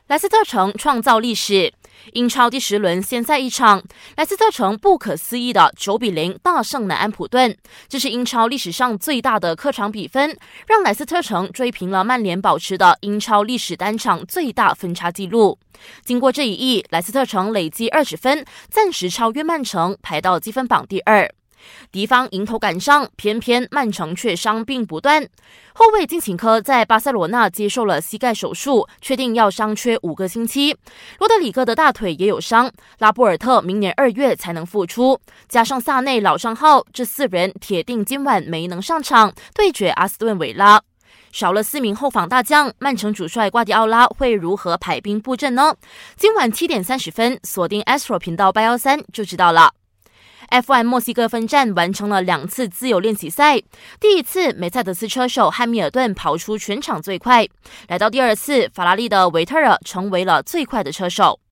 莱斯特城创造历史，英超第10轮先赛一场，莱斯特城不可思议的9-0大胜南安普顿，这是英超历史上最大的客场比分，让莱斯特城追平了曼联保持的英超历史单场最大分差纪录。经过这一役，莱斯特城累计20分，暂时超越曼城，排到积分榜第2。敌方迎头赶上，偏偏曼城却伤病不断。后卫金琴科在巴塞罗那接受了膝盖手术，确定要伤缺5个星期。罗德里戈的大腿也有伤，拉波尔特明年2月才能复出。加上萨内老伤号，这4人铁定今晚没能上场对决阿斯顿维拉。少了4名后防大将，曼城主帅瓜迪奥拉会如何排兵布阵呢？今晚7点30分，锁定 Astro 频道813就知道了。F1 墨西哥分站完成了2次自由练习赛，第一次梅赛德斯车手汉密尔顿跑出全场最快，来到第2次，法拉利的维特尔成为了最快的车手。